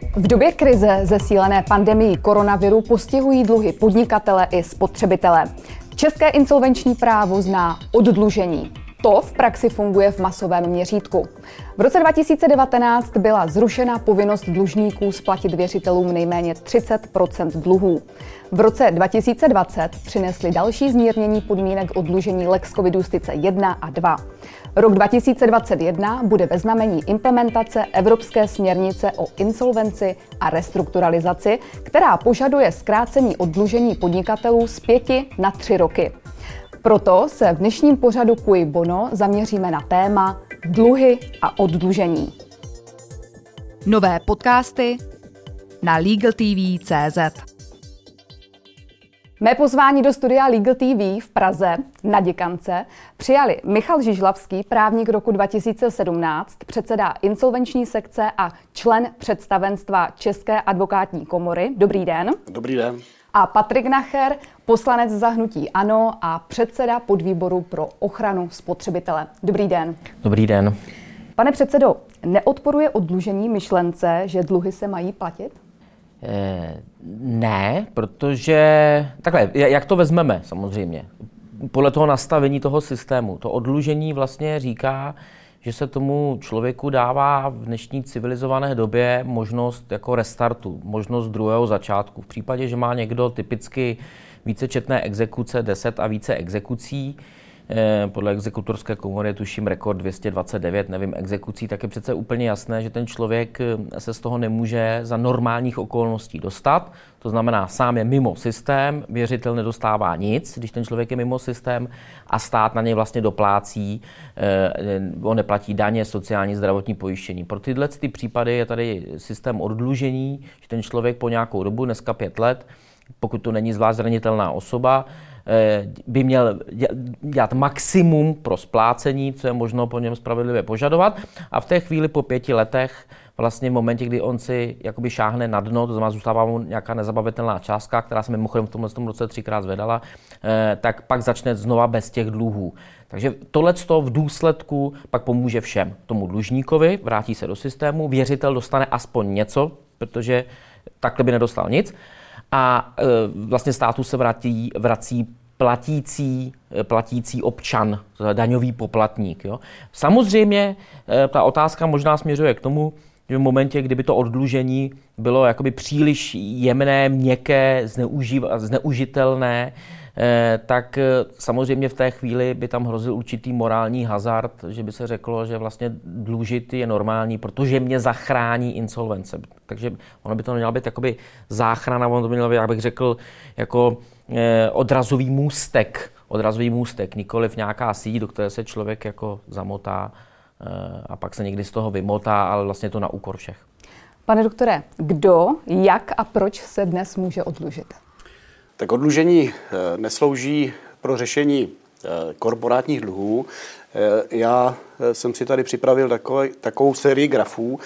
V době krize zesílené pandemií koronaviru postihují dluhy podnikatele i spotřebitele. České insolvenční právo zná oddlužení. To v praxi funguje v masovém měřítku. V roce 2019 byla zrušena povinnost dlužníků splatit věřitelům nejméně 30% dluhů. V roce 2020 přinesly další zmírnění podmínek oddlužení Lex Covid Justice 1 a 2. Rok 2021 bude ve znamení implementace Evropské směrnice o insolvenci a restrukturalizaci, která požaduje zkrácení oddlužení podnikatelů z 5 na 3 roky. Proto se v dnešním pořadu Cui Bono zaměříme na téma dluhy a oddlužení. Nové podcasty na LegalTV.cz. Mé pozvání do studia Legal TV v Praze na Děkance přijali Michal Žižlavský, právník roku 2017, předseda insolvenční sekce a člen představenstva České advokátní komory. Dobrý den. Dobrý den. A Patrik Nacher, poslanec za hnutí ANO a předseda podvýboru pro ochranu spotřebitele. Dobrý den. Dobrý den. Pane předsedo, neodporuje oddlužení myšlence, že dluhy se mají platit? Ne, protože takhle, jak to vezmeme samozřejmě, podle toho nastavení toho systému, to oddlužení vlastně říká, že se tomu člověku dává v dnešní civilizované době možnost jako restartu, možnost druhého začátku. V případě, že má někdo typicky vícečetné exekuce, 10 a více exekucí, podle exekutorské komory tuším rekord 229, nevím, exekucí, tak je přece úplně jasné, že ten člověk se z toho nemůže za normálních okolností dostat. To znamená, sám je mimo systém, věřitel nedostává nic, když ten člověk je mimo systém a stát na něj vlastně doplácí, on neplatí daně, sociální, zdravotní pojištění. Pro tyhle ty případy je tady systém oddlužení, že ten člověk po nějakou dobu, dneska 5 let, pokud to není zvlášť zranitelná osoba, by měl dělat maximum pro splácení, co je možno po něm spravedlivě požadovat. A v té chvíli po 5 letech, vlastně v momentě, kdy on si jakoby šáhne na dno, to znamená, zůstává mu nějaká nezabavitelná částka, která se mimochodem v tomhle roce 3krát zvedala, tak pak začne znova bez těch dluhů. Takže tohleto v důsledku pak pomůže všem. Tomu dlužníkovi vrátí se do systému, věřitel dostane aspoň něco, protože takhle by nedostal nic. A vlastně státu se vrací platící občan, daňový poplatník. Jo. Samozřejmě ta otázka možná směřuje k tomu, že v momentě, kdyby to oddlužení bylo jakoby příliš jemné, měkké, zneužitelné, tak samozřejmě v té chvíli by tam hrozil určitý morální hazard, že by se řeklo, že vlastně dlužit je normální, protože mě zachrání insolvence. Takže ono by to mělo být jakoby záchrana, ono to by mělo být, jak bych řekl, jako odrazový můstek, nikoliv nějaká síť, do které se člověk jako zamotá a pak se někdy z toho vymotá, ale vlastně to na úkor všech. Pane doktore, kdo, jak a proč se dnes může oddlužit? Tak oddlužení neslouží pro řešení korporátních dluhů. Já jsem si tady připravil takovou sérii grafů.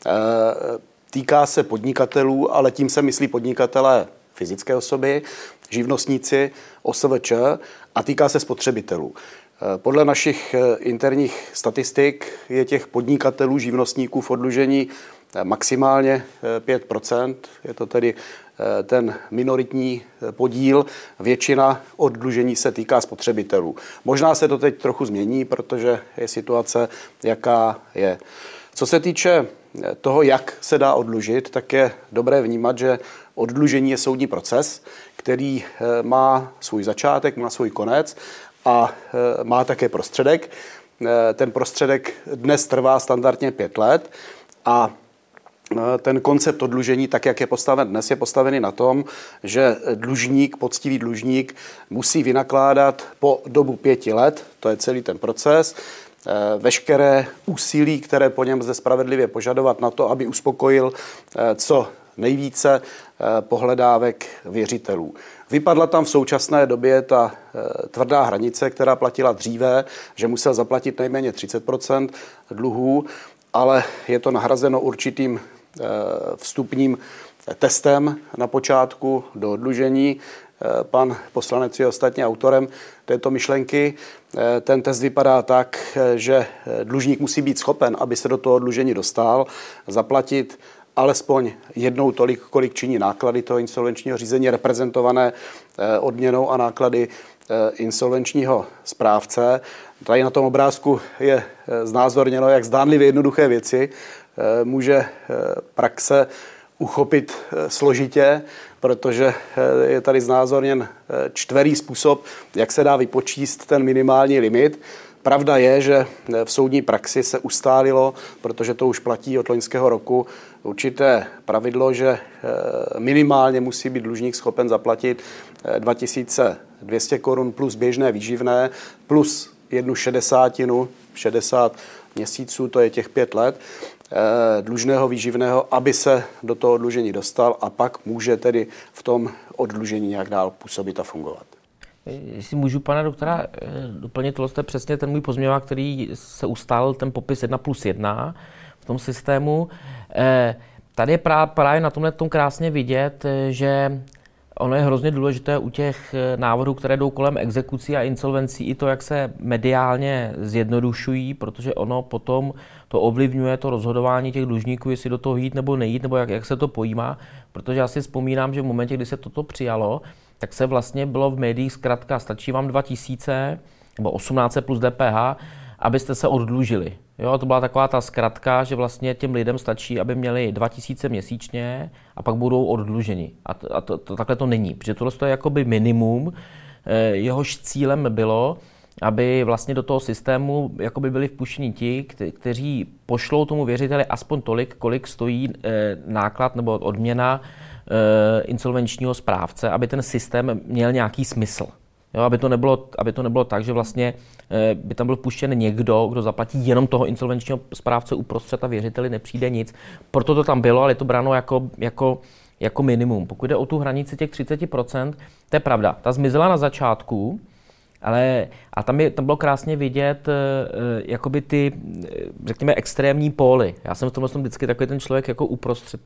Týká se podnikatelů, ale tím se myslí podnikatelé fyzické osoby, živnostníci, OSVČ a týká se spotřebitelů. Podle našich interních statistik je těch podnikatelů, živnostníků v oddlužení maximálně 5%. Je to tedy ten minoritní podíl. Většina oddlužení se týká spotřebitelů. Možná se to teď trochu změní, protože je situace, jaká je. Co se týče toho, jak se dá oddlužit, tak je dobré vnímat, že oddlužení je soudní proces, který má svůj začátek, má svůj konec a má také prostředek. Ten prostředek dnes trvá standardně 5 let a ten koncept oddlužení, tak jak je postaven dnes, je postavený na tom, že dlužník, poctivý dlužník musí vynakládat po dobu 5 let, to je celý ten proces, veškeré úsilí, které po něm lze spravedlivě požadovat na to, aby uspokojil co nejvíce pohledávek věřitelů. Vypadla tam v současné době ta tvrdá hranice, která platila dříve, že musel zaplatit nejméně 30% dluhů, ale je to nahrazeno určitým vstupním testem na počátku do oddlužení. Pan poslanec je ostatně autorem této myšlenky. Ten test vypadá tak, že dlužník musí být schopen, aby se do toho oddlužení dostal, zaplatit alespoň jednou tolik, kolik činí náklady toho insolvenčního řízení reprezentované odměnou a náklady insolvenčního správce. Tady na tom obrázku je znázorněno, jak zdánlivě jednoduché věci může praxe uchopit složitě, protože je tady znázorněn čtverý způsob, jak se dá vypočíst ten minimální limit. Pravda je, že v soudní praxi se ustálilo, protože to už platí od loňského roku, určité pravidlo, že minimálně musí být dlužník schopen zaplatit 2200 korun plus běžné výživné, plus 1/60, 60 měsíců, to je těch 5 let, dlužného výživného, aby se do toho oddlužení dostal a pak může tedy v tom oddlužení nějak dál působit a fungovat. Jestli můžu, pana doktora, doplnit, to je přesně ten můj pozměňovák, který se ustálil ten popis 1+1 v tom systému. Tady je právě na tomhle tom krásně vidět, že ono je hrozně důležité u těch návrhů, které jdou kolem exekucí a insolvencí, i to, jak se mediálně zjednodušují, protože ono potom to ovlivňuje to rozhodování těch dlužníků, jestli do toho jít nebo nejít, nebo jak se to pojímá. Protože já si vzpomínám, že v momentě, kdy se toto přijalo, tak se vlastně bylo v médiích zkrátka, stačí vám 2000 nebo 18 plus DPH, abyste se oddlužili. Jo, to byla taková ta zkratka, že vlastně těm lidem stačí, aby měli 2000 měsíčně a pak budou oddluženi. A takhle to není, protože tohle je jakoby minimum, jehož cílem bylo, aby vlastně do toho systému jakoby byli vpuštěni ti, kteří pošlou tomu věřiteli aspoň tolik, kolik stojí náklad nebo odměna insolvenčního správce, aby ten systém měl nějaký smysl. Jo, aby to nebylo tak, že vlastně by tam byl puštěn někdo, kdo zaplatí jenom toho insolvenčního správce uprostřed a věřiteli nepřijde nic. Proto to tam bylo, ale je to bráno jako minimum. Pokud jde o tu hranici těch 30%, to je pravda. Ta zmizela na začátku, a tam bylo krásně vidět jakoby ty, řekněme, extrémní póly. Já jsem v tomhle vždycky takový ten člověk jako uprostřed,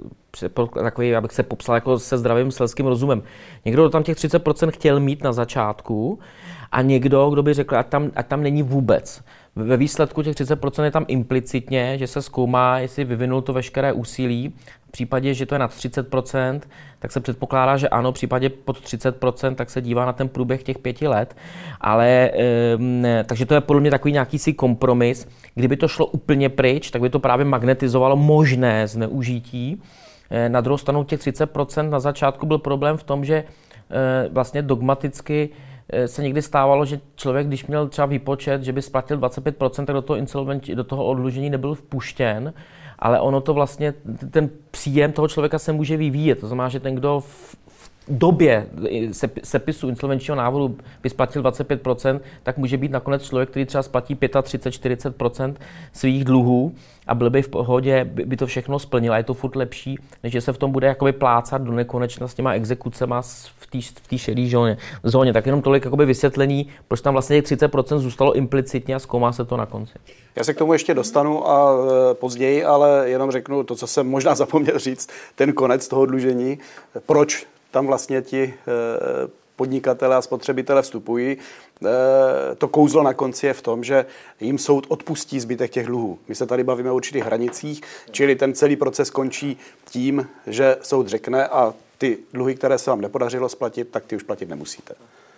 takový, abych se popsal jako se zdravým selským rozumem. Někdo tam těch 30% chtěl mít na začátku a někdo, kdo by řekl, ať tam není vůbec. Ve výsledku těch 30% je tam implicitně, že se zkoumá, jestli vyvinul to veškeré úsilí. V případě, že to je nad 30%, tak se předpokládá, že ano, v případě pod 30%, tak se dívá na ten průběh těch 5 let. Takže to je podle mě takový nějaký si kompromis. Kdyby to šlo úplně pryč, tak by to právě magnetizovalo možné zneužití. Na druhou stranu těch 30% na začátku byl problém v tom, že vlastně dogmaticky se někdy stávalo, že člověk, když měl třeba výpočet, že by splatil 25%, tak do toho oddlužení nebyl vpuštěn, ale ono to vlastně, ten příjem toho člověka se může vyvíjet. To znamená, že ten, kdo v době sepisu insolvenčního návrhu by splatil 25%, tak může být nakonec člověk, který třeba splatí 35-40% svých dluhů a byl by v pohodě, by to všechno splnil a je to furt lepší, než že se v tom bude jakoby plácat do nekonečna s těma exekucema v té šedé zóně. Tak jenom tolik jakoby vysvětlení, proč tam vlastně těch 30% zůstalo implicitně a zkoumá se to na konci. Já se k tomu ještě dostanu a později, ale jenom řeknu to, co jsem možná zapomněl říct, ten konec toho dlužení, proč tam vlastně ti podnikatelé a spotřebitelé vstupují. To kouzlo na konci je v tom, že jim soud odpustí zbytek těch dluhů. My se tady bavíme o určitých hranicích, čili ten celý proces končí tím, že soud řekne a ty dluhy, které se vám nepodařilo splatit, tak ty už platit nemusíte.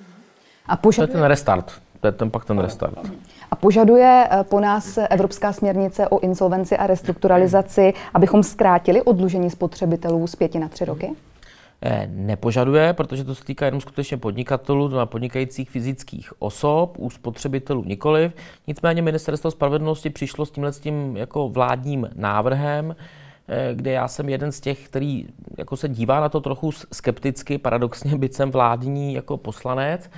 To je ten restart. To je pak ten restart. A požaduje po nás Evropská směrnice o insolvenci a restrukturalizaci, abychom zkrátili oddlužení spotřebitelů z 5 na 3 roky? Nepožaduje, protože to se týká jenom skutečně podnikatelů, na podnikajících fyzických osob, u spotřebitelů nikoliv. Nicméně Ministerstvo spravedlnosti přišlo s tímhletím jako vládním návrhem, kde já jsem jeden z těch, který jako se dívá na to trochu skepticky, paradoxně, byť jsem vládní jako poslanec.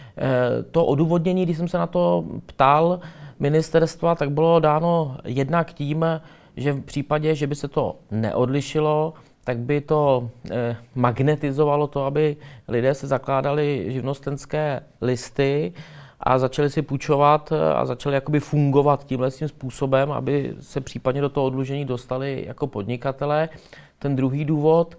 To odůvodnění, když jsem se na to ptal ministerstva, tak bylo dáno jednak tím, že v případě, že by se to neodlišilo, tak by to magnetizovalo to, aby lidé se zakládali živnostenské listy a začali si půjčovat a začali jakoby fungovat tímhle způsobem, aby se případně do toho oddlužení dostali jako podnikatelé. Ten druhý důvod,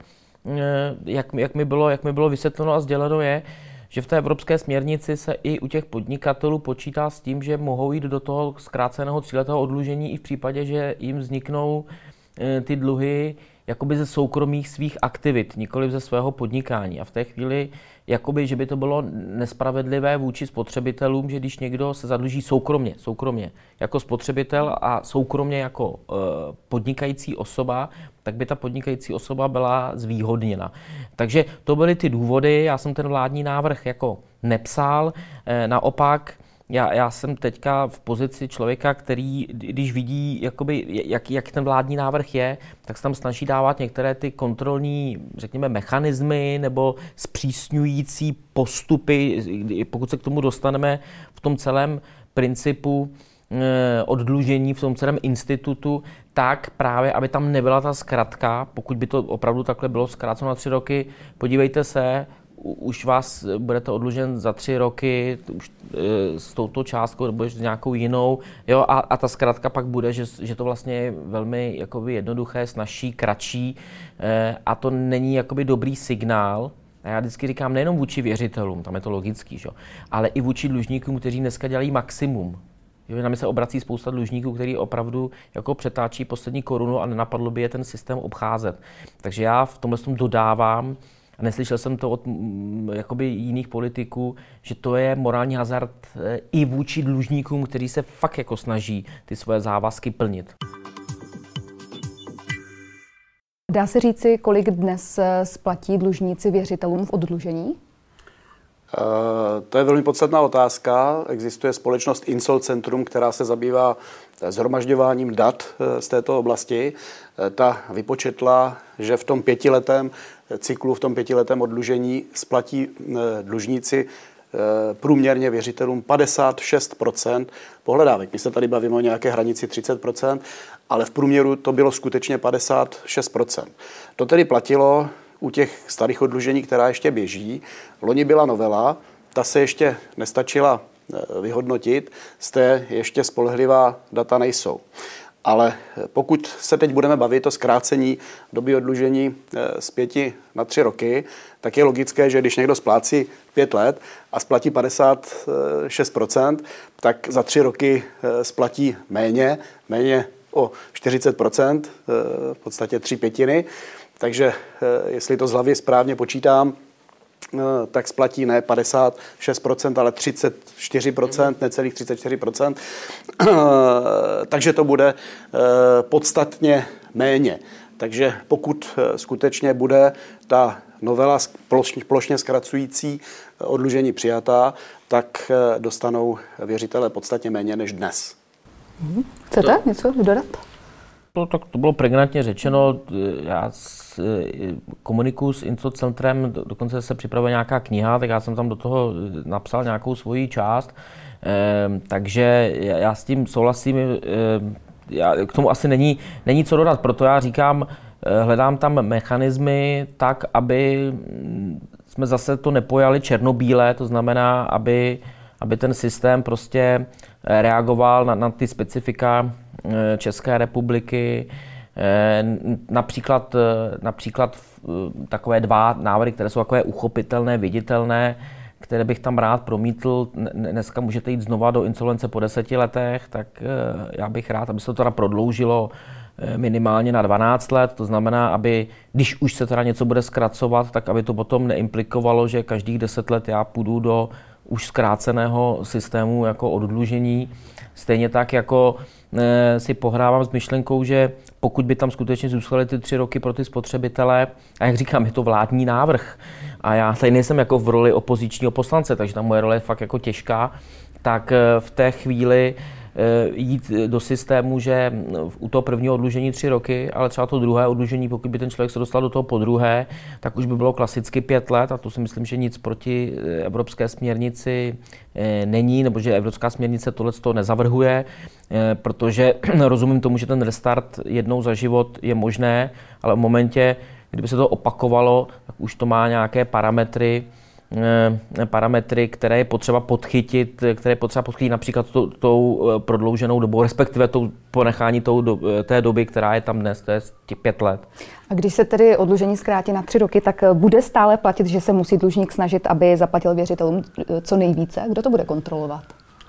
jak mi bylo vysvětleno a sděleno, je, že v té evropské směrnici se i u těch podnikatelů počítá s tím, že mohou jít do toho zkráceného 3letého oddlužení i v případě, že jim vzniknou ty dluhy jakoby ze soukromých svých aktivit, nikoli ze svého podnikání. A v té chvíli, jakoby, že by to bylo nespravedlivé vůči spotřebitelům, že když někdo se zadluží soukromně jako spotřebitel a soukromně jako podnikající osoba, tak by ta podnikající osoba byla zvýhodněna. Takže to byly ty důvody, já jsem ten vládní návrh jako nepsal, naopak já jsem teďka v pozici člověka, který, když vidí, jakoby, jak ten vládní návrh je, tak se tam snaží dávat některé ty kontrolní, řekněme, mechanismy nebo zpřísňující postupy, pokud se k tomu dostaneme v tom celém principu oddlužení, v tom celém institutu, tak právě, aby tam nebyla ta zkratka, pokud by to opravdu takhle bylo zkráceno na 3 roky, podívejte se, už vás budete oddlužen za 3 roky už s touto částkou nebo s nějakou jinou. Jo, a ta zkratka pak bude, že to vlastně je velmi jakoby jednoduché, snazší, kratší a to není jakoby dobrý signál. A já vždycky říkám nejenom vůči věřitelům, tam je to logický, že? Ale i vůči dlužníkům, kteří dneska dělají maximum. Na mě se obrací spousta dlužníků, kteří opravdu jako přetáčí poslední korunu a nenapadlo by je ten systém obcházet. Takže já v tomhle tom dodávám, a neslyšel jsem to od jakoby jiných politiků, že to je morální hazard i vůči dlužníkům, kteří se fakt jako snaží ty svoje závazky plnit. Dá se říci, kolik dnes splatí dlužníci věřitelům v oddlužení? To je velmi podstatná otázka. Existuje společnost Insolcentrum, která se zabývá shromažďováním dat z této oblasti. Ta vypočetla, že v tom 5letém cyklu, v tom 5letém oddlužení splatí dlužníci průměrně věřitelům 56% pohledávek. My se tady bavíme o nějaké hranici 30%, ale v průměru to bylo skutečně 56%. To tedy platilo u těch starých oddlužení, která ještě běží. Loni byla novela, ta se ještě nestačila vyhodnotit, z té ještě spolehlivá data nejsou. Ale pokud se teď budeme bavit o zkrácení doby oddlužení z 5 na 3 roky, tak je logické, že když někdo splácí 5 let a splatí 56%, tak za 3 roky splatí méně o 40%, v podstatě 3/5. Takže jestli to z hlavy správně počítám, tak splatí ne 56%, ale 34%, necelých 34%. Takže to bude podstatně méně. Takže pokud skutečně bude ta novela plošně zkracující oddlužení přijatá, tak dostanou věřitelé podstatně méně než dnes. Chcete něco dodat? Tak to bylo pregnantně řečeno. Já komunikuju s Insolcentrem, dokonce se připravuje nějaká kniha, tak já jsem tam do toho napsal nějakou svoji část. Takže já s tím souhlasím. K tomu asi není co dodat, proto já říkám, hledám tam mechanismy tak, aby jsme zase to nepojali černobíle, to znamená, aby ten systém prostě reagoval na ty specifika České republiky. Například takové 2 návrhy, které jsou takové uchopitelné, viditelné, které bych tam rád promítl. Dneska můžete jít znova do insolvence po 10 letech, tak já bych rád, aby se to teda prodloužilo minimálně na 12 let. To znamená, aby, když už se teda něco bude zkracovat, tak aby to potom neimplikovalo, že každých 10 let já půjdu do už zkráceného systému jako oddlužení. Stejně tak, jako si pohrávám s myšlenkou, že pokud by tam skutečně zůstaly ty 3 roky pro ty spotřebitele, a jak říkám, je to vládní návrh, a já tady nejsem jako v roli opozičního poslance, takže ta moje role je fakt jako těžká, tak v té chvíli jít do systému, že u toho prvního oddlužení 3 roky, ale třeba to druhé oddlužení, pokud by ten člověk se dostal do toho podruhé, tak už by bylo klasicky 5 let a to si myslím, že nic proti evropské směrnici není, nebo že evropská směrnice tohleto nezavrhuje, protože rozumím tomu, že ten restart jednou za život je možné, ale v momentě, kdyby se to opakovalo, tak už to má nějaké parametry, které je potřeba podchytit, například tou prodlouženou dobou, respektive tou ponechání té doby, která je tam dnes, to je 5 let. A když se tedy oddlužení zkrátí na 3 roky, tak bude stále platit, že se musí dlužník snažit, aby zaplatil věřitelům co nejvíce? Kdo to bude kontrolovat?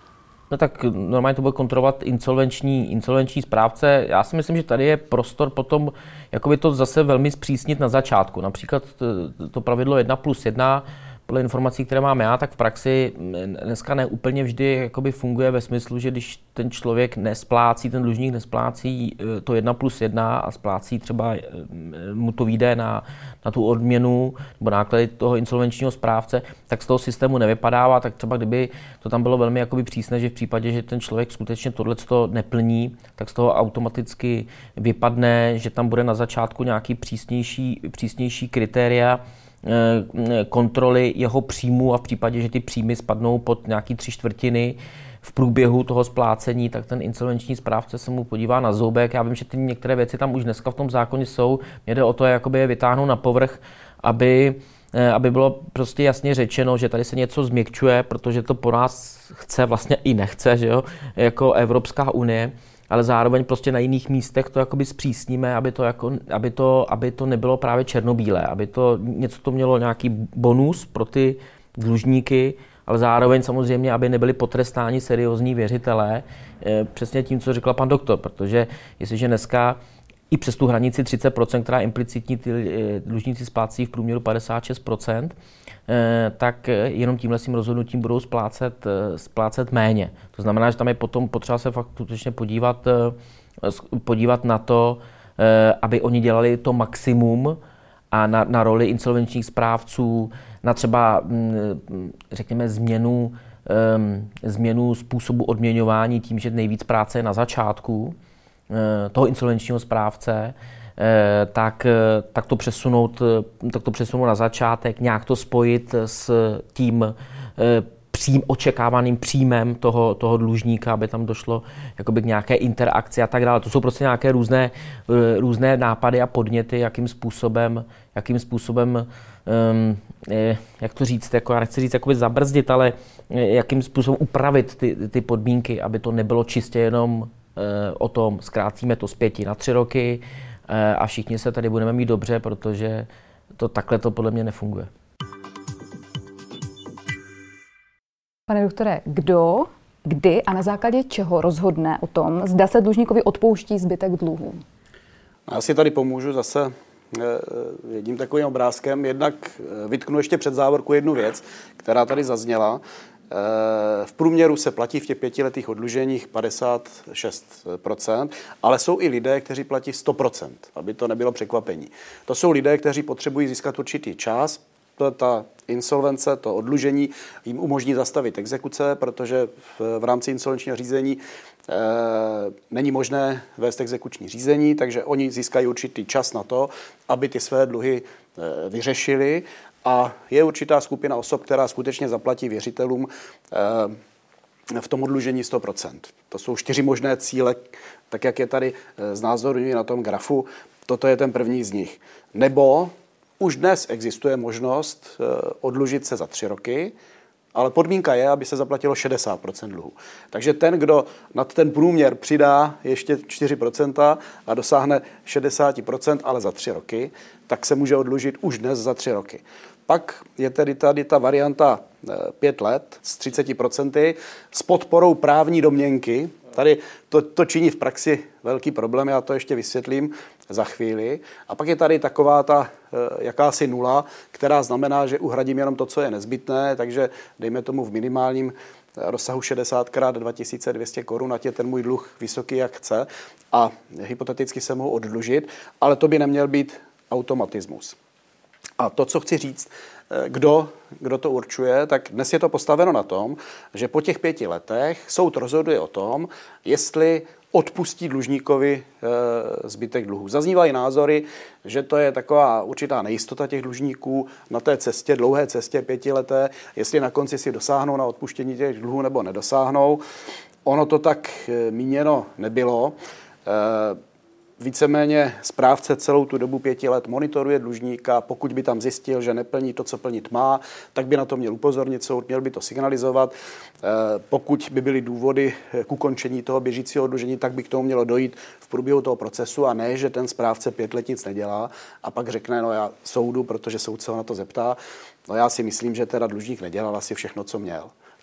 No tak normálně to bude kontrolovat insolvenční správce. Já si myslím, že tady je prostor potom jakoby to zase velmi zpřísnit na začátku. Například to pravidlo 1+1, podle informací, které mám já, tak v praxi dneska ne úplně vždy jakoby funguje ve smyslu, že když ten člověk nesplácí, ten dlužník nesplácí to 1+1 a splácí třeba mu to vyjde na tu odměnu nebo náklady toho insolvenčního správce, tak z toho systému nevypadává. Tak třeba kdyby to tam bylo velmi jakoby přísné, že v případě, že ten člověk skutečně tohleto neplní, tak z toho automaticky vypadne, že tam bude na začátku nějaký přísnější kritéria kontroly jeho příjmu a v případě, že ty příjmy spadnou pod nějaký 3/4 v průběhu toho splácení, tak ten insolvenční správce se mu podívá na zoubek. Já vím, že ty některé věci tam už dneska v tom zákoně jsou. Mě jde o to, jakoby je vytáhnout na povrch, aby bylo prostě jasně řečeno, že tady se něco změkčuje, protože to po nás chce vlastně i nechce, že jo, jako Evropská unie. Ale zároveň prostě na jiných místech to jakoby zpřísníme, aby to nebylo právě černobílé, aby to něco to mělo nějaký bonus pro ty dlužníky, ale zároveň samozřejmě, aby nebyli potrestáni seriózní věřitelé, přesně tím, co řekla pan doktor, protože jestliže dneska i přes tu hranici 30%, která implicitní ty dlužníci splácí v průměru 56%, tak jenom tímhle svým rozhodnutím budou splácet méně. To znamená, že tam je potom potřeba se fakt skutečně podívat na to, aby oni dělali to maximum a na roli insolvenčních správců, na třeba, řekněme, změnu způsobu odměňování tím, že nejvíc práce je na začátku toho insolvenčního správce, tak to přesunout na začátek, nějak to spojit s tím očekávaným příjmem toho dlužníka, aby tam došlo jakoby k nějaké interakci a tak dále. To jsou prostě nějaké různé nápady a podněty, jakým způsobem jak to říct, jako já nechci říct jakoby zabrzdit, ale jakým způsobem upravit ty podmínky, aby to nebylo čistě jenom o tom, zkrátíme to z 5 na 3 roky a všichni se tady budeme mít dobře, protože takhle to podle mě nefunguje. Pane doktore, kdo, kdy a na základě čeho rozhodne o tom, zda se dlužníkovi odpouští zbytek dluhů? Já si tady pomůžu zase jedním takovým obrázkem. Jednak vytknu ještě před závorku jednu věc, která tady zazněla. V průměru se platí v těch 5letých oddluženích 56%, ale jsou i lidé, kteří platí 100%, aby to nebylo překvapení. To jsou lidé, kteří potřebují získat určitý čas. Ta insolvence, to oddlužení jim umožní zastavit exekuce, protože v rámci insolvenčního řízení není možné vést exekuční řízení, takže oni získají určitý čas na to, aby ty své dluhy vyřešili. A je určitá skupina osob, která skutečně zaplatí věřitelům v tom oddlužení 100%. To jsou 4 možné cíle, tak jak je tady znázorňuji na tom grafu. Toto je ten první z nich. Nebo už dnes existuje možnost oddlužit se za 3 roky, ale podmínka je, aby se zaplatilo 60% dluhu. Takže ten, kdo nad ten průměr přidá ještě 4% a dosáhne 60%, ale za 3 roky, tak se může oddlužit už dnes za 3 roky. Pak je tedy tady ta varianta 5 let s 30% s podporou právní domněnky. Tady to činí v praxi velký problém, já to ještě vysvětlím za chvíli. A pak je tady taková ta jakási nula, která znamená, že uhradím jenom to, co je nezbytné, takže dejme tomu v minimálním rozsahu 60x 2200 korun, ať je ten můj dluh vysoký, jak chce, a hypoteticky se mohu oddlužit, ale to by neměl být automatismus. A to, co chci říct, kdo to určuje, tak dnes je to postaveno na tom, že po těch 5 letech soud rozhoduje o tom, jestli odpustí dlužníkovi zbytek dluhů. Zaznívají názory, že to je taková určitá nejistota těch dlužníků na té cestě, dlouhé cestě 5leté, jestli na konci si dosáhnou na odpuštění těch dluhů nebo nedosáhnou. Ono to tak míněno nebylo. Víceméně správce celou tu dobu 5 let monitoruje dlužníka, pokud by tam zjistil, že neplní to, co plnit má, tak by na to měl upozornit soud, měl by to signalizovat. Pokud by byly důvody k ukončení toho běžícího oddlužení, tak by k tomu mělo dojít v průběhu toho procesu a ne, že ten správce 5 let nic nedělá a pak řekne, no já soudu, protože soud se ho na to zeptá, no já si myslím, že teda dlužník nedělal asi všechno, co měl.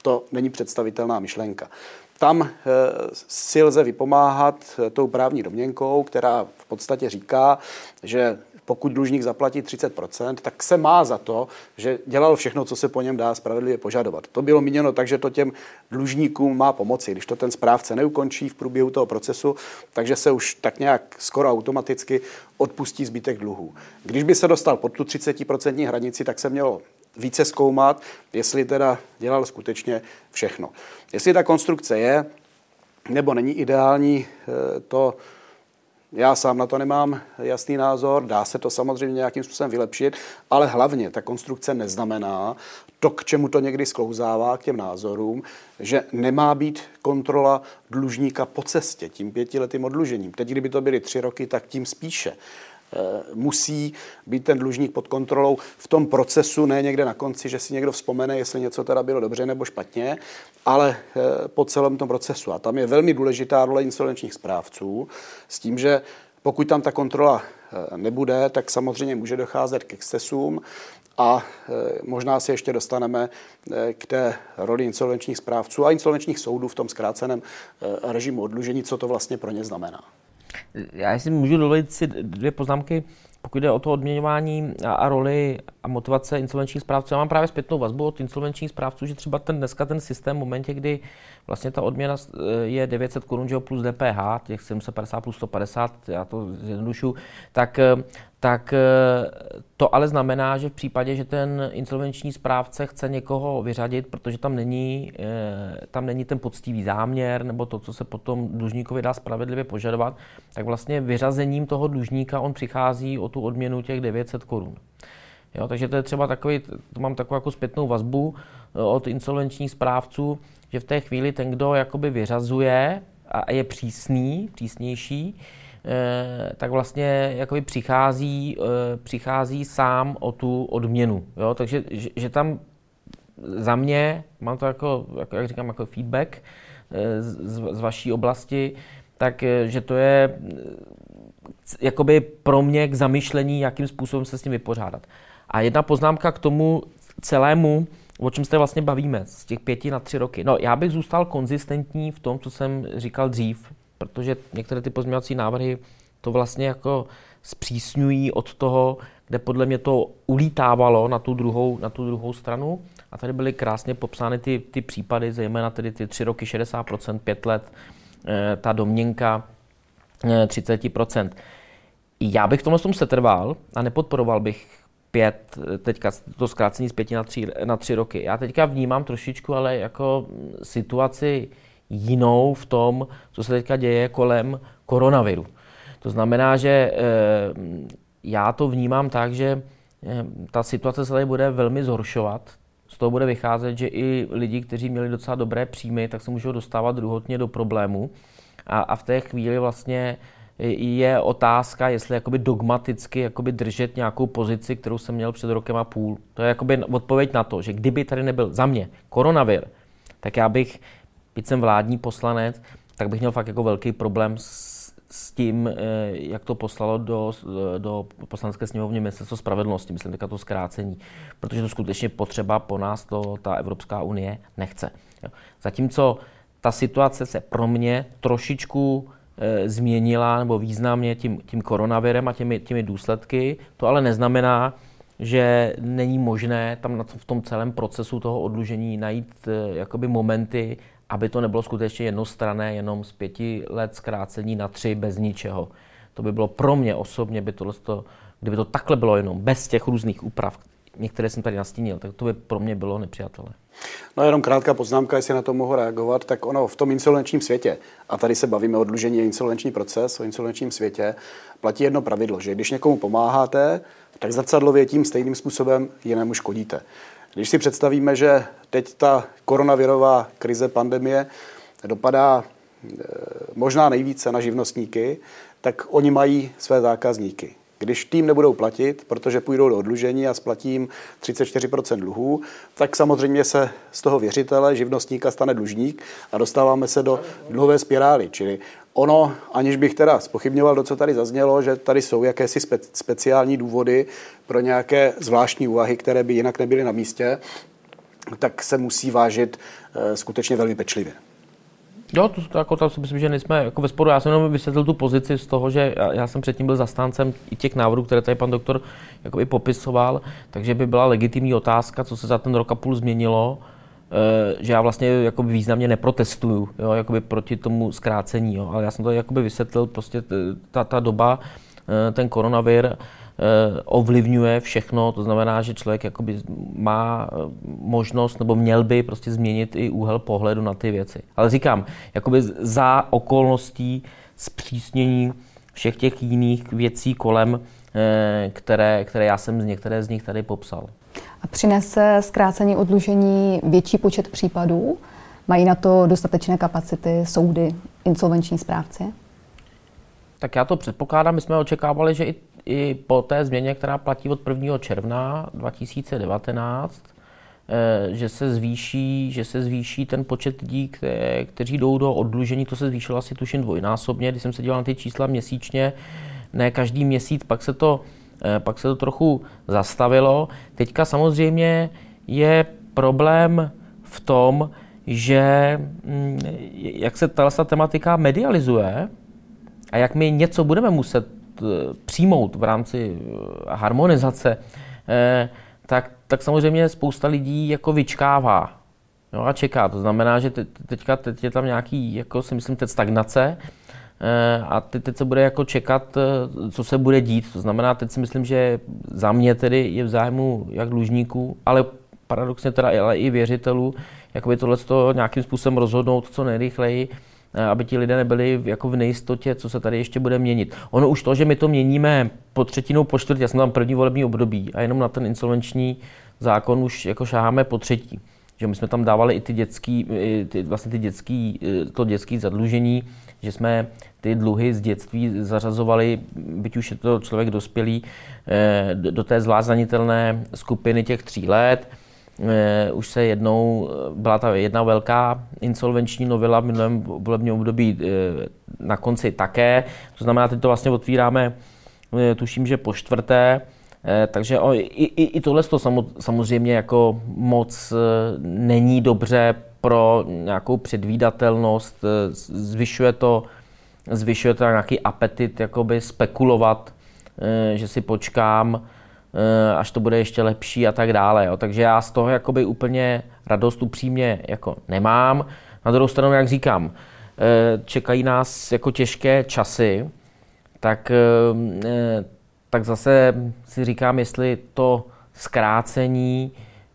to není představitelná myšlenka. Tam si lze vypomáhat tou právní domněnkou, která v podstatě říká, že pokud dlužník zaplatí 30%, tak se má za to, že dělal všechno, co se po něm dá spravedlivě požadovat. To bylo míněno tak, že to těm dlužníkům má pomoci, když to ten správce neukončí v průběhu toho procesu, takže se už tak nějak skoro automaticky odpustí zbytek dluhů. Když by se dostal pod tu 30% hranici, tak se mělo více zkoumat, jestli teda dělal skutečně všechno. Jestli ta konstrukce je nebo není ideální, to já sám na to nemám jasný názor, dá se to samozřejmě nějakým způsobem vylepšit, ale hlavně ta konstrukce neznamená to, k čemu to někdy sklouzává, k těm názorům, že nemá být kontrola dlužníka po cestě tím 5letým oddlužením. Teď, kdyby to byly 3 roky, tak tím spíše. Musí být ten dlužník pod kontrolou v tom procesu, ne někde na konci, že si někdo vzpomene, jestli něco teda bylo dobře nebo špatně, ale po celém tom procesu. A tam je velmi důležitá role insolvenčních správců s tím, že pokud tam ta kontrola nebude, tak samozřejmě může docházet k excesům a možná se ještě dostaneme k té roli insolvenčních správců a insolvenčních soudů v tom zkráceném režimu oddlužení, co to vlastně pro ně znamená. Já si můžu dovolit si 2 poznámky, pokud jde o to odměňování a roli a motivace insolvenčních správců. Já mám právě zpětnou vazbu od insolvenčních správců, že třeba dneska ten systém v momentě, kdy vlastně ta odměna je 900 korun plus DPH, těch 750 plus 150, já to zjednodušu, tak to ale znamená, že v případě, že ten insolvenční správce chce někoho vyřadit, protože tam není ten poctivý záměr nebo to, co se potom dlužníkovi dá spravedlivě požadovat, tak vlastně vyřazením toho dlužníka on přichází o tu odměnu těch 900 korun. Jo, takže to je třeba to mám takovou jako zpětnou vazbu od insolvenčních správců, že v té chvíli ten, kdo jakoby vyřazuje a je přísnější, tak vlastně jakoby přichází sám o tu odměnu. Jo? Takže že tam za mě, mám to jako jak říkám, jako feedback z vaší oblasti, tak že to je jakoby pro mě k zamyšlení, jakým způsobem se s tím vypořádat. A jedna poznámka k tomu celému, o čem se vlastně bavíme, z těch 5 na 3 roky. No, já bych zůstal konzistentní v tom, co jsem říkal dřív, protože některé ty pozměňovací návrhy to vlastně jako zpřísňují od toho, kde podle mě to ulítávalo na tu druhou stranu. A tady byly krásně popsány ty případy, zejména tedy ty 3 roky 60%, 5 let, ta domněnka 30%. Já bych v tomhle tom setrval a nepodporoval bych teďka to zkrácení z 5 na 3 roky. Já teďka vnímám trošičku, ale jako situaci jinou v tom, co se teďka děje kolem koronaviru. To znamená, že já to vnímám tak, že ta situace se tady bude velmi zhoršovat. Z toho bude vycházet, že i lidi, kteří měli docela dobré příjmy, tak se můžou dostávat druhotně do problému. A v té chvíli vlastně je otázka, jestli jakoby dogmaticky jakoby držet nějakou pozici, kterou jsem měl před rokem a půl. To je jakoby odpověď na to, že kdyby tady nebyl za mě koronavir, tak já bych, byť jsem vládní poslanec, tak bych měl fakt jako velký problém s tím, jak to poslalo do poslanecké sněmovny Ministerstvo spravedlnosti, myslím teďka to zkrácení, protože to skutečně potřeba po nás to ta Evropská unie nechce. Zatímco ta situace se pro mě trošičku změnila nebo významně tím koronavirem a těmi důsledky. To ale neznamená, že není možné tam v tom celém procesu toho oddlužení najít jakoby momenty, aby to nebylo skutečně jednostranné, jenom z 5 let zkrácení na 3 bez ničeho. To by bylo pro mě osobně, kdyby to takhle bylo jenom bez těch různých úprav, některé jsem tady nastínil, tak to by pro mě bylo nepřijatelné. No jenom krátká poznámka, jestli na to mohu reagovat, tak ono v tom insolvenčním světě, a tady se bavíme o oddlužení, insolvenční proces, o insolvenčním světě, platí jedno pravidlo, že když někomu pomáháte, tak zrcadlově tím stejným způsobem jinému škodíte. Když si představíme, že teď ta koronavirová krize, pandemie dopadá možná nejvíce na živnostníky, tak oni mají své zákazníky. Když tým nebudou platit, protože půjdou do oddlužení a splatí jim 34% dluhů, tak samozřejmě se z toho věřitele, živnostníka stane dlužník a dostáváme se do dluhové spirály. Čili ono, aniž bych teda zpochybňoval to, co tady zaznělo, že tady jsou jakési speciální důvody pro nějaké zvláštní úvahy, které by jinak nebyly na místě, tak se musí vážit skutečně velmi pečlivě. Jo, to si myslím, že nejsme jako ve sporu. Já jsem jenom vysvětlil tu pozici z toho, že já jsem předtím byl zastáncem i těch návrhů, které tady pan doktor jakoby popisoval, takže by byla legitimní otázka, co se za ten rok a půl změnilo, že já vlastně jakoby významně neprotestuju, jo, jakoby proti tomu zkrácení, jo, ale já jsem to jakoby vysvětlil, prostě ta doba, ten koronavir ovlivňuje všechno, to znamená, že člověk jakoby má možnost nebo měl by prostě změnit i úhel pohledu na ty věci. Ale říkám, jakoby za okolností zpřísnění všech těch jiných věcí kolem, které já jsem některé z nich tady popsal. A přinese zkrácení oddlužení větší počet případů? Mají na to dostatečné kapacity soudy, insolvenční správci? Tak já to předpokládám, my jsme očekávali, že i po té změně, která platí od 1. června 2019, že se zvýší ten počet lidí, kteří jdou do oddlužení, to se zvýšilo asi tuším dvojnásobně, když jsem se díval na ty čísla měsíčně, ne každý měsíc, pak se to trochu zastavilo. Teďka samozřejmě je problém v tom, že jak se ta tematika medializuje a jak my něco budeme muset přijmout v rámci harmonizace, tak samozřejmě spousta lidí jako vyčkává, jo, a čeká. To znamená, že teď je tam nějaký, jako si myslím, teď stagnace a teď se bude jako čekat, co se bude dít. To znamená, teď si myslím, že za mě tedy je v zájmu jak dlužníků, ale paradoxně teda ale i věřitelů, jakoby tohleto nějakým způsobem rozhodnout co nejrychleji, aby ti lidé nebyli jako v nejistotě, co se tady ještě bude měnit. Ono už to, že my to měníme po třetinu, po čtvrtě, já jsem tam první volební období a jenom na ten insolvenční zákon už jako šáháme po třetí. Že my jsme tam dávali i to dětské zadlužení, že jsme ty dluhy z dětství zařazovali, byť už je to člověk dospělý, do té zvlášť zranitelné skupiny těch 3 let. Už se byla ta jedna velká insolvenční novela v minulém volebním období na konci také. To znamená, teď to vlastně otvíráme, tuším, že po 4. Takže i tohle samozřejmě jako moc není dobře pro nějakou předvídatelnost. Zvyšuje to nějaký apetit jakoby spekulovat, že si počkám, až to bude ještě lepší a tak dále. Jo. Takže já z toho jakoby úplně radost upřímně jako nemám. Na druhou stranu, jak říkám, čekají nás jako těžké časy, tak zase si říkám, jestli to zkrácení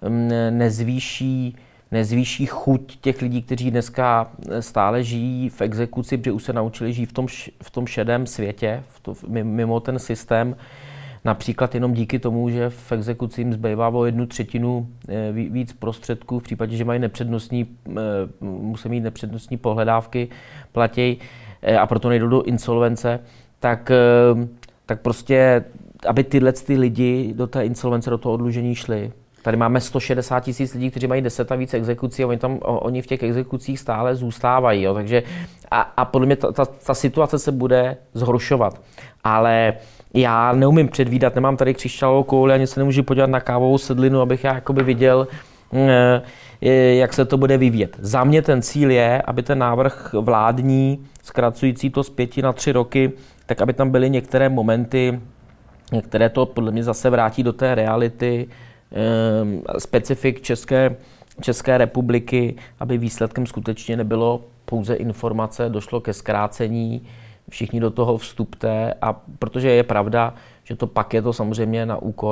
nezvýší chuť těch lidí, kteří dneska stále žijí v exekuci, protože už se naučili žít v tom šedém světě, mimo ten systém. Například jenom díky tomu, že v exekuci jim zbývá o 1/3 víc prostředků, v případě, že musí mít nepřednostní pohledávky, platí a proto nejdou do insolvence, tak prostě, aby tyhle lidi do té insolvence, do toho oddlužení šli. Tady máme 160 000 lidí, kteří mají 10 a víc exekucí a oni v těch exekucích stále zůstávají. Jo. Takže, a podle mě ta situace se bude zhoršovat. Ale já neumím předvídat, nemám tady křišťálovou kouli, ani se nemůžu podívat na kávovou sedlinu, abych já jakoby viděl, jak se to bude vyvíjet. Za mě ten cíl je, aby ten návrh vládní, zkracující to z 5 na 3 roky, tak aby tam byly některé momenty, které to podle mě zase vrátí do té reality, specifik České republiky, aby výsledkem skutečně nebylo pouze informace, došlo ke zkrácení, všichni do toho vstupte, a protože je pravda, že to pak je to samozřejmě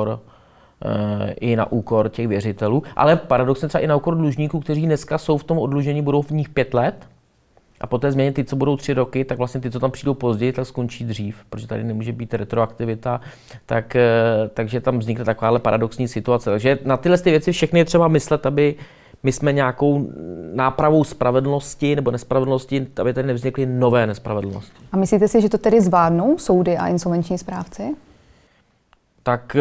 i na úkor těch věřitelů, ale paradoxně třeba i na úkor dlužníků, kteří dneska jsou v tom oddlužení, budou v nich 5 let a poté změně ty, co budou 3 roky, tak vlastně ty, co tam přijdou později, tak skončí dřív, protože tady nemůže být retroaktivita, takže tam vznikne takováhle paradoxní situace. Takže na tyhle věci všechny je třeba myslet, aby my jsme nějakou nápravou spravedlnosti nebo nespravedlnosti, aby tady nevznikly nové nespravedlnosti. A myslíte si, že to tedy zvládnou soudy a insolvenční správci? Tak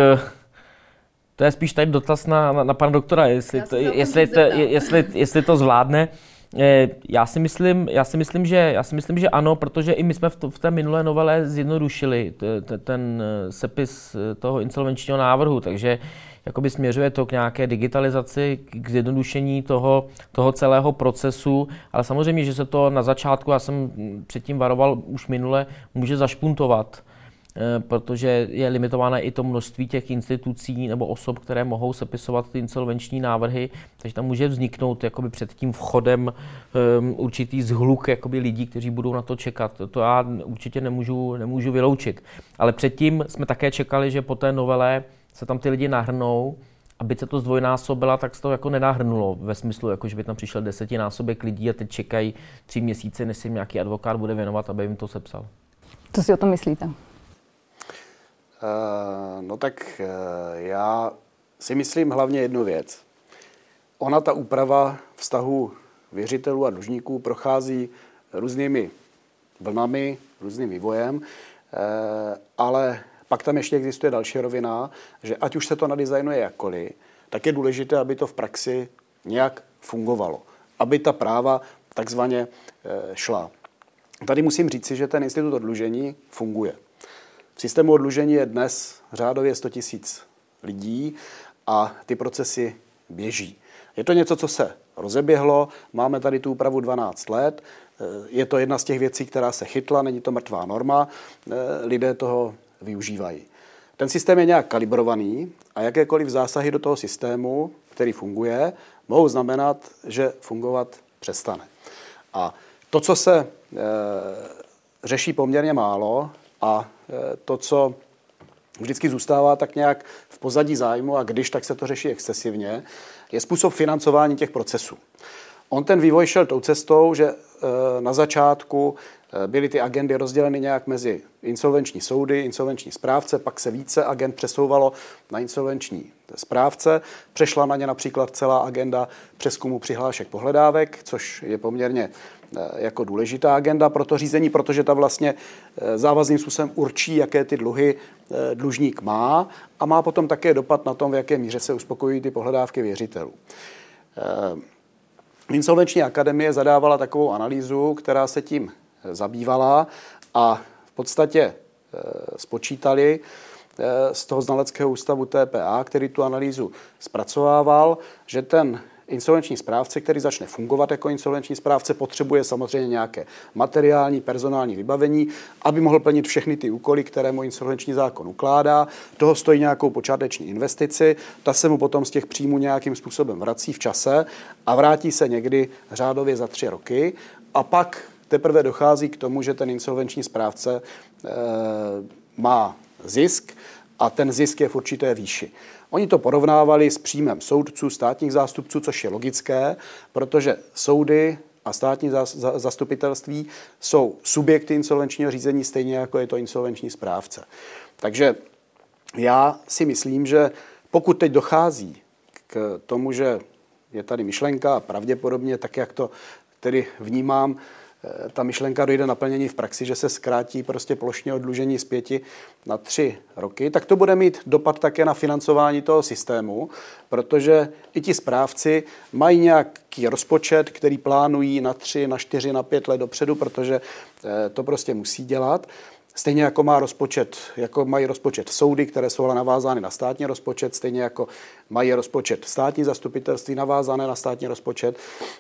to je spíš tady dotaz na pana doktora, jestli to zvládne. Já si myslím, že ano, protože i my jsme v té minulé novele zjednodušili ten sepis toho insolvenčního návrhu, takže jakoby směřuje to k nějaké digitalizaci, k zjednodušení toho celého procesu, ale samozřejmě, že se to na začátku, já jsem předtím varoval už minule, může zašpuntovat, protože je limitováno i to množství těch institucí nebo osob, které mohou sepisovat ty insolvenční návrhy, takže tam může vzniknout jakoby před tím vchodem určitý zhluk jakoby lidí, kteří budou na to čekat. To já určitě nemůžu vyloučit. Ale předtím jsme také čekali, že po té novele se tam ty lidi nahrnou, aby se to zdvojnásobila, tak se to jako nenahrnulo ve smyslu, jako že by tam přišel 10násobek lidí a teď čekají 3 měsíce, než si jim nějaký advokát bude věnovat, aby jim to sepsal. Co si o tom myslíte? No tak já si myslím hlavně jednu věc. Ona, ta úprava vztahu věřitelů a dlužníků prochází různými vlnami, různým vývojem, ale pak tam ještě existuje další rovina, že ať už se to nadizajnuje jakkoliv, tak je důležité, aby to v praxi nějak fungovalo. Aby ta práva takzvaně šla. Tady musím říci, že ten institut oddlužení funguje. V systému oddlužení je dnes řádově 100 000 lidí a ty procesy běží. Je to něco, co se rozeběhlo, máme tady tu úpravu 12 let, je to jedna z těch věcí, která se chytla, není to mrtvá norma, lidé toho využívají. Ten systém je nějak kalibrovaný a jakékoliv zásahy do toho systému, který funguje, mohou znamenat, že fungovat přestane. A to, co se řeší poměrně málo a to, co vždycky zůstává tak nějak v pozadí zájmu a když, tak se to řeší excesivně, je způsob financování těch procesů. On ten vývoj šel tou cestou, že na začátku byly ty agendy rozděleny nějak mezi insolvenční soudy, insolvenční správce, pak se více agend přesouvalo na insolvenční správce, přešla na ně například celá agenda přezkumu přihlášek pohledávek, což je poměrně jako důležitá agenda pro to řízení, protože ta vlastně závazným způsobem určí, jaké ty dluhy dlužník má a má potom také dopad na tom, v jaké míře se uspokojují ty pohledávky věřitelů. Insolvenční akademie zadávala takovou analýzu, která se tím zabývala a v podstatě spočítali z toho znaleckého ústavu TPA, který tu analýzu zpracovával, že ten insolvenční správce, který začne fungovat jako insolvenční správce, potřebuje samozřejmě nějaké materiální, personální vybavení, aby mohl plnit všechny ty úkoly, které mu insolvenční zákon ukládá. Toho stojí nějakou počáteční investici, ta se mu potom z těch příjmů nějakým způsobem vrací v čase a vrátí se někdy řádově za 3 roky a pak teprve dochází k tomu, že ten insolvenční správce má zisk a ten zisk je v určité výši. Oni to porovnávali s příjmem soudců, státních zástupců, což je logické, protože soudy a státní zastupitelství jsou subjekty insolvenčního řízení, stejně jako je to insolvenční správce. Takže já si myslím, že pokud teď dochází k tomu, že je tady myšlenka, pravděpodobně tak, jak to tedy vnímám, ta myšlenka dojde naplnění v praxi, že se zkrátí prostě plošně oddlužení z 5 na 3 roky, tak to bude mít dopad také na financování toho systému, protože i ti správci mají nějaký rozpočet, který plánují na 3, na 4, na 5 let dopředu, protože to prostě musí dělat. Stejně jako mají rozpočet soudy, které jsou ale navázány na státní rozpočet, stejně jako mají rozpočet státní zastupitelství navázané na státní rozpočet,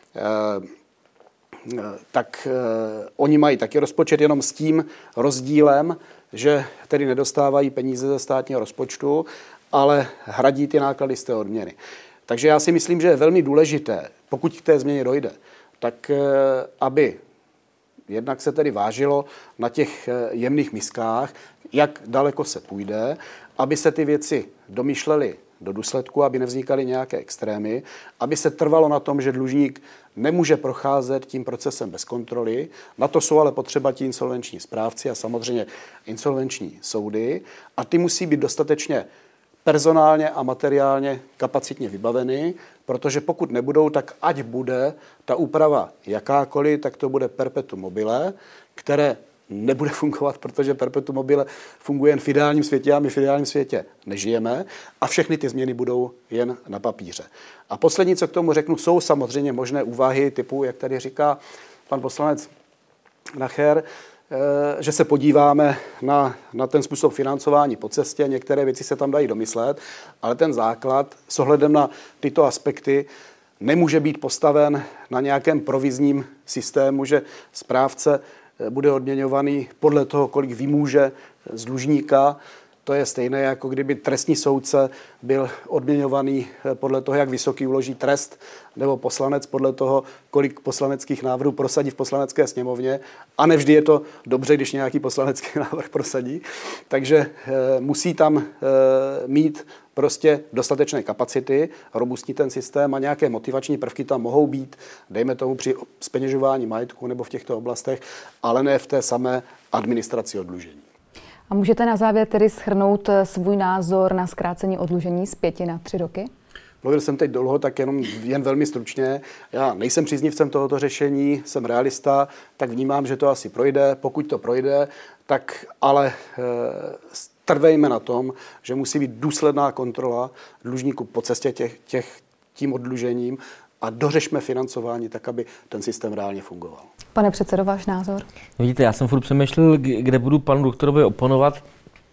tak oni mají taky rozpočet jenom s tím rozdílem, že tedy nedostávají peníze ze státního rozpočtu, ale hradí ty náklady z té odměny. Takže já si myslím, že je velmi důležité, pokud k té změně dojde, tak aby jednak se tedy vážilo na těch jemných miskách, jak daleko se půjde, aby se ty věci domýšlely do důsledku, aby nevznikaly nějaké extrémy, aby se trvalo na tom, že dlužník nemůže procházet tím procesem bez kontroly. Na to jsou ale potřeba ti insolvenční správci a samozřejmě insolvenční soudy a ty musí být dostatečně personálně a materiálně kapacitně vybaveny, protože pokud nebudou, tak ať bude ta úprava jakákoliv, tak to bude perpetuum mobile, které nebude fungovat, protože perpetuum mobile funguje jen v ideálním světě a my v ideálním světě nežijeme a všechny ty změny budou jen na papíře. A poslední, co k tomu řeknu, jsou samozřejmě možné úvahy typu, jak tady říká pan poslanec Nacher, že se podíváme na ten způsob financování po cestě. Některé věci se tam dají domyslet, ale ten základ s ohledem na tyto aspekty nemůže být postaven na nějakém provizním systému, že správce bude odměňovaný podle toho, kolik vymůže z dlužníka. To je stejné, jako kdyby trestní soudce byl odměňovaný podle toho, jak vysoký uloží trest, nebo poslanec podle toho, kolik poslaneckých návrhů prosadí v poslanecké sněmovně. A nevždy je to dobře, když nějaký poslanecký návrh prosadí. Takže musí tam mít prostě dostatečné kapacity, robustní ten systém a nějaké motivační prvky tam mohou být, dejme tomu při zpeněžování majetku nebo v těchto oblastech, ale ne v té samé administraci oddlužení. A můžete na závěr tedy shrnout svůj názor na zkrácení oddlužení z 5 na 3 roky? Mluvil jsem teď dlouho, tak jen velmi stručně. Já nejsem příznivcem tohoto řešení, jsem realista, tak vnímám, že to asi projde. Pokud to projde, tak ale trvejme na tom, že musí být důsledná kontrola dlužníků po cestě tím oddlužením a dořešme financování tak, aby ten systém reálně fungoval. Pane předsedo, váš názor? Vidíte, já jsem furt přemýšlel, kde budu panu doktorovi oponovat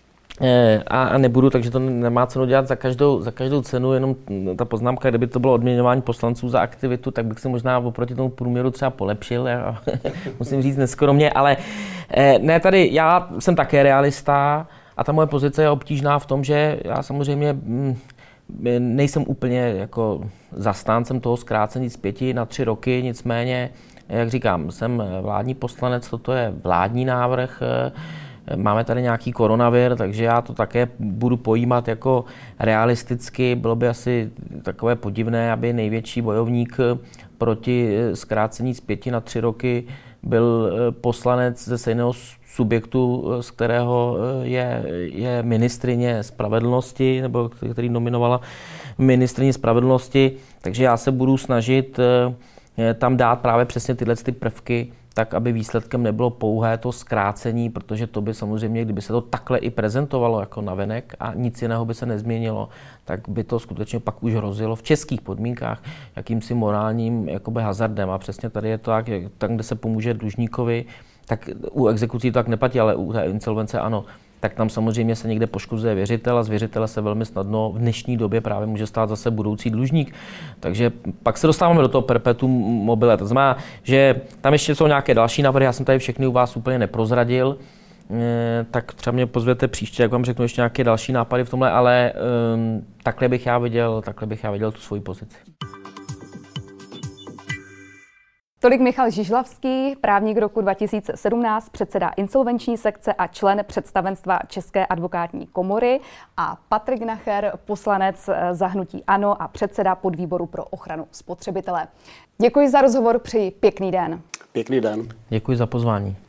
a nebudu, takže to nemá cenu dělat za každou cenu, jenom ta poznámka, kdyby to bylo odměňování poslanců za aktivitu, tak bych se možná oproti tomu průměru třeba polepšil, musím říct neskromně, ale ne, tady já jsem také realista a ta moje pozice je obtížná v tom, že já samozřejmě nejsem úplně jako zastáncem toho zkrácení z 5 na 3 roky, nicméně, jak říkám, jsem vládní poslanec, toto je vládní návrh, máme tady nějaký koronavir, takže já to také budu pojímat jako realisticky. Bylo by asi takové podivné, aby největší bojovník proti zkrácení z 5 na 3 roky byl poslanec ze stejného subjektu, z kterého je ministryně spravedlnosti, nebo který nominovala ministryni spravedlnosti. Takže já se budu snažit tam dát právě přesně tyhle prvky, tak aby výsledkem nebylo pouhé to zkrácení, protože to by samozřejmě, kdyby se to takhle i prezentovalo jako navenek a nic jiného by se nezměnilo, tak by to skutečně pak už hrozilo v českých podmínkách jakýmsi morálním jakoby hazardem. A přesně tady je to tak, tam, kde se pomůže dlužníkovi, tak u exekucí to tak neplatí, ale u té insolvence ano. Tak tam samozřejmě se někde poškozuje věřitel a z věřitele se velmi snadno v dnešní době právě může stát zase budoucí dlužník. Takže pak se dostáváme do toho perpetuum mobile. To znamená, že tam ještě jsou nějaké další návrhy, já jsem tady všechny u vás úplně neprozradil, tak třeba mě pozvěte příště, jak vám řeknu ještě nějaké další nápady v tomhle, ale takhle bych já viděl tu svoji pozici. Tolik Michal Žižlavský, právník roku 2017, předseda insolvenční sekce a člen představenstva České advokátní komory, a Patrik Nacher, poslanec za hnutí ANO a předseda podvýboru pro ochranu spotřebitele. Děkuji za rozhovor, přeji pěkný den. Pěkný den. Děkuji za pozvání.